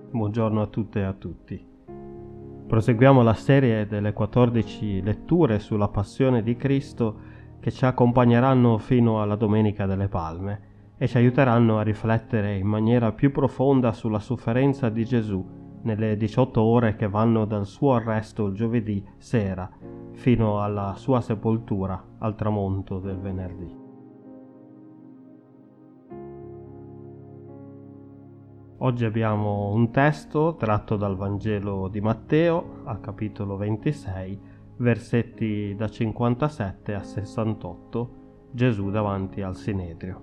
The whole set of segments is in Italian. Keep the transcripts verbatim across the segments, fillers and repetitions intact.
Buongiorno a tutte e a tutti. Proseguiamo la serie delle quattordici letture sulla passione di Cristo che ci accompagneranno fino alla Domenica delle Palme e ci aiuteranno a riflettere in maniera più profonda sulla sofferenza di Gesù nelle diciotto ore che vanno dal suo arresto il giovedì sera fino alla sua sepoltura al tramonto del venerdì. Oggi abbiamo un testo tratto dal Vangelo di Matteo, al capitolo ventisei, versetti da cinquantasette a sessantotto, Gesù davanti al Sinedrio.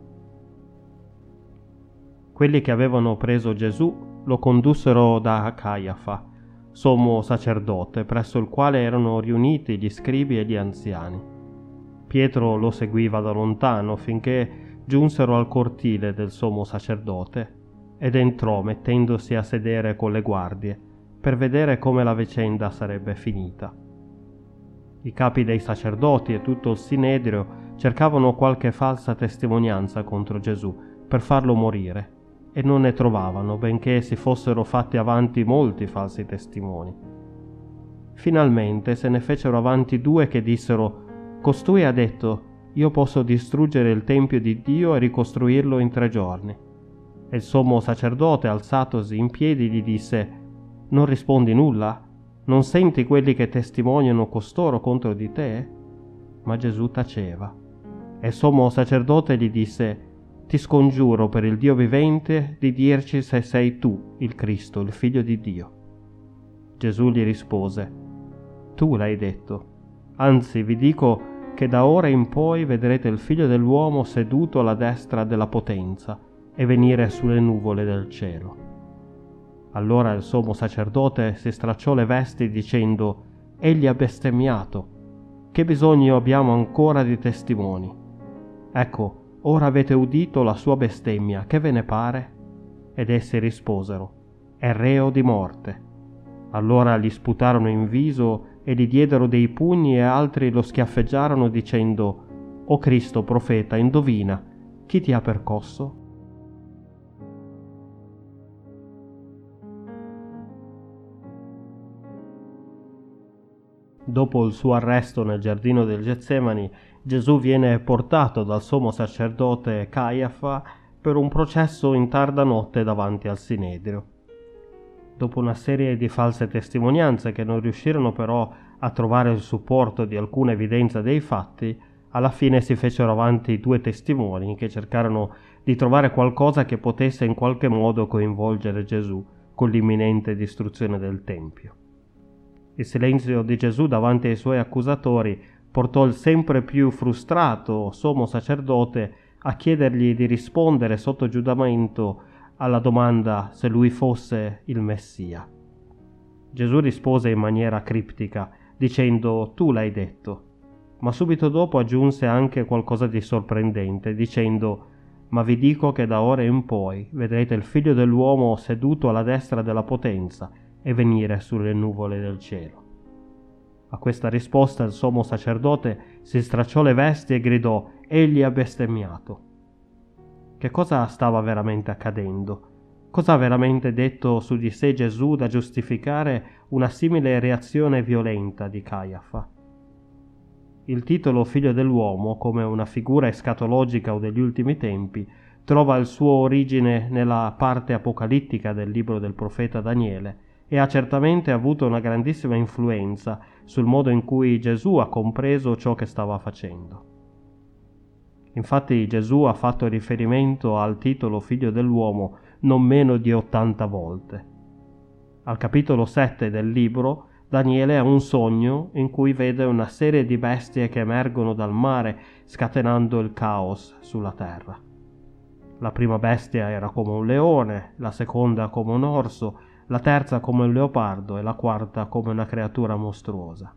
Quelli che avevano preso Gesù lo condussero da Caiafa, sommo sacerdote, presso il quale erano riuniti gli scribi e gli anziani. Pietro lo seguiva da lontano finché giunsero al cortile del sommo sacerdote ed entrò mettendosi a sedere con le guardie per vedere come la vicenda sarebbe finita. I capi dei sacerdoti e tutto il sinedrio cercavano qualche falsa testimonianza contro Gesù per farlo morire e non ne trovavano, benché si fossero fatti avanti molti falsi testimoni. Finalmente se ne fecero avanti due che dissero: «Costui ha detto: io posso distruggere il tempio di Dio e ricostruirlo in tre giorni». E il sommo sacerdote, alzatosi in piedi, gli disse: «Non rispondi nulla? Non senti quelli che testimoniano costoro contro di te?» Ma Gesù taceva. E il sommo sacerdote gli disse: «Ti scongiuro per il Dio vivente di dirci se sei tu il Cristo, il Figlio di Dio». Gesù gli rispose: «Tu l'hai detto. Anzi, vi dico che da ora in poi vedrete il Figlio dell'uomo seduto alla destra della potenza e venire sulle nuvole del cielo». Allora il sommo sacerdote si stracciò le vesti dicendo: «Egli ha bestemmiato. Che bisogno abbiamo ancora di testimoni? Ecco, ora avete udito la sua bestemmia, che ve ne pare?» Ed essi risposero: «È reo di morte». Allora gli sputarono in viso e gli diedero dei pugni e altri lo schiaffeggiarono dicendo: «O Cristo profeta, indovina, chi ti ha percosso?» Dopo il suo arresto nel giardino del Getsemani, Gesù viene portato dal sommo sacerdote Caiafa per un processo in tarda notte davanti al Sinedrio. Dopo una serie di false testimonianze che non riuscirono però a trovare il supporto di alcuna evidenza dei fatti, alla fine si fecero avanti due testimoni che cercarono di trovare qualcosa che potesse in qualche modo coinvolgere Gesù con l'imminente distruzione del Tempio. Il silenzio di Gesù davanti ai suoi accusatori portò il sempre più frustrato sommo sacerdote a chiedergli di rispondere sotto giuramento alla domanda se lui fosse il Messia. Gesù rispose in maniera criptica, dicendo: «Tu l'hai detto». Ma subito dopo aggiunse anche qualcosa di sorprendente, dicendo: «Ma vi dico che da ora in poi vedrete il Figlio dell'uomo seduto alla destra della potenza e venire sulle nuvole del cielo». A questa risposta il sommo sacerdote si stracciò le vesti e gridò: «Egli ha bestemmiato». Che cosa stava veramente accadendo? Cosa ha veramente detto su di sé Gesù da giustificare una simile reazione violenta di Caiafa? Il titolo Figlio dell'uomo, come una figura escatologica o degli ultimi tempi, trova il suo origine nella parte apocalittica del libro del profeta Daniele e ha certamente avuto una grandissima influenza sul modo in cui Gesù ha compreso ciò che stava facendo. Infatti Gesù ha fatto riferimento al titolo Figlio dell'uomo non meno di ottanta volte. Al capitolo sette del libro, Daniele ha un sogno in cui vede una serie di bestie che emergono dal mare scatenando il caos sulla terra. La prima bestia era come un leone, la seconda come un orso, la terza come un leopardo e la quarta come una creatura mostruosa.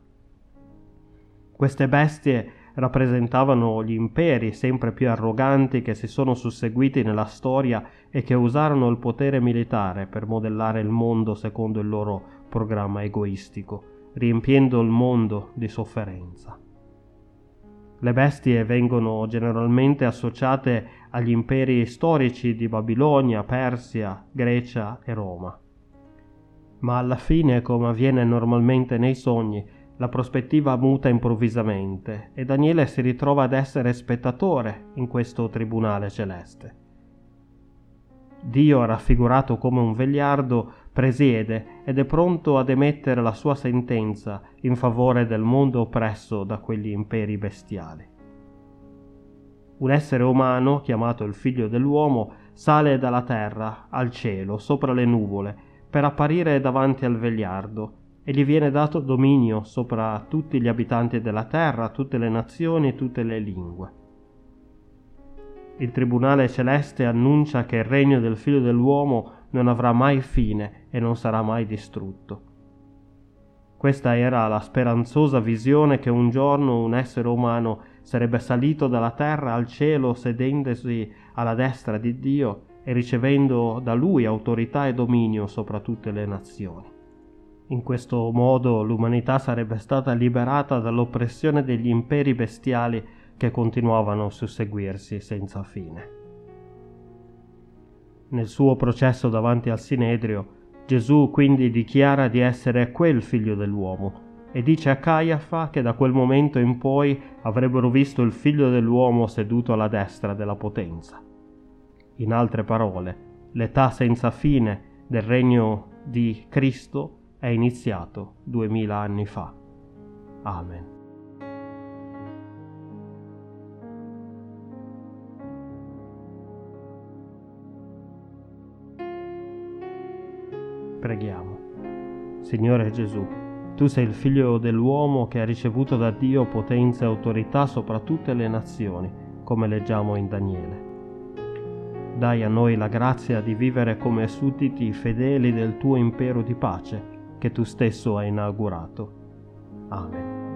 Queste bestie rappresentavano gli imperi sempre più arroganti che si sono susseguiti nella storia e che usarono il potere militare per modellare il mondo secondo il loro programma egoistico, riempiendo il mondo di sofferenza. Le bestie vengono generalmente associate agli imperi storici di Babilonia, Persia, Grecia e Roma. Ma alla fine, come avviene normalmente nei sogni, la prospettiva muta improvvisamente e Daniele si ritrova ad essere spettatore in questo tribunale celeste. Dio, raffigurato come un vegliardo, presiede ed è pronto ad emettere la sua sentenza in favore del mondo oppresso da quegli imperi bestiali. Un essere umano, chiamato il figlio dell'uomo, sale dalla terra al cielo, sopra le nuvole, per apparire davanti al vegliardo, e gli viene dato dominio sopra tutti gli abitanti della terra, tutte le nazioni e tutte le lingue. Il tribunale celeste annuncia che il regno del figlio dell'uomo non avrà mai fine e non sarà mai distrutto. Questa era la speranzosa visione che un giorno un essere umano sarebbe salito dalla terra al cielo sedendosi alla destra di Dio e ricevendo da lui autorità e dominio sopra tutte le nazioni. In questo modo l'umanità sarebbe stata liberata dall'oppressione degli imperi bestiali che continuavano a susseguirsi senza fine. Nel suo processo davanti al Sinedrio, Gesù quindi dichiara di essere quel figlio dell'uomo e dice a Caiafa che da quel momento in poi avrebbero visto il figlio dell'uomo seduto alla destra della potenza. In altre parole, l'età senza fine del regno di Cristo è iniziato duemila anni fa. Amen. Preghiamo. Signore Gesù, Tu sei il Figlio dell'uomo che ha ricevuto da Dio potenza e autorità sopra tutte le nazioni, come leggiamo in Daniele. Dai a noi la grazia di vivere come sudditi fedeli del Tuo impero di pace, che Tu stesso hai inaugurato. Amen.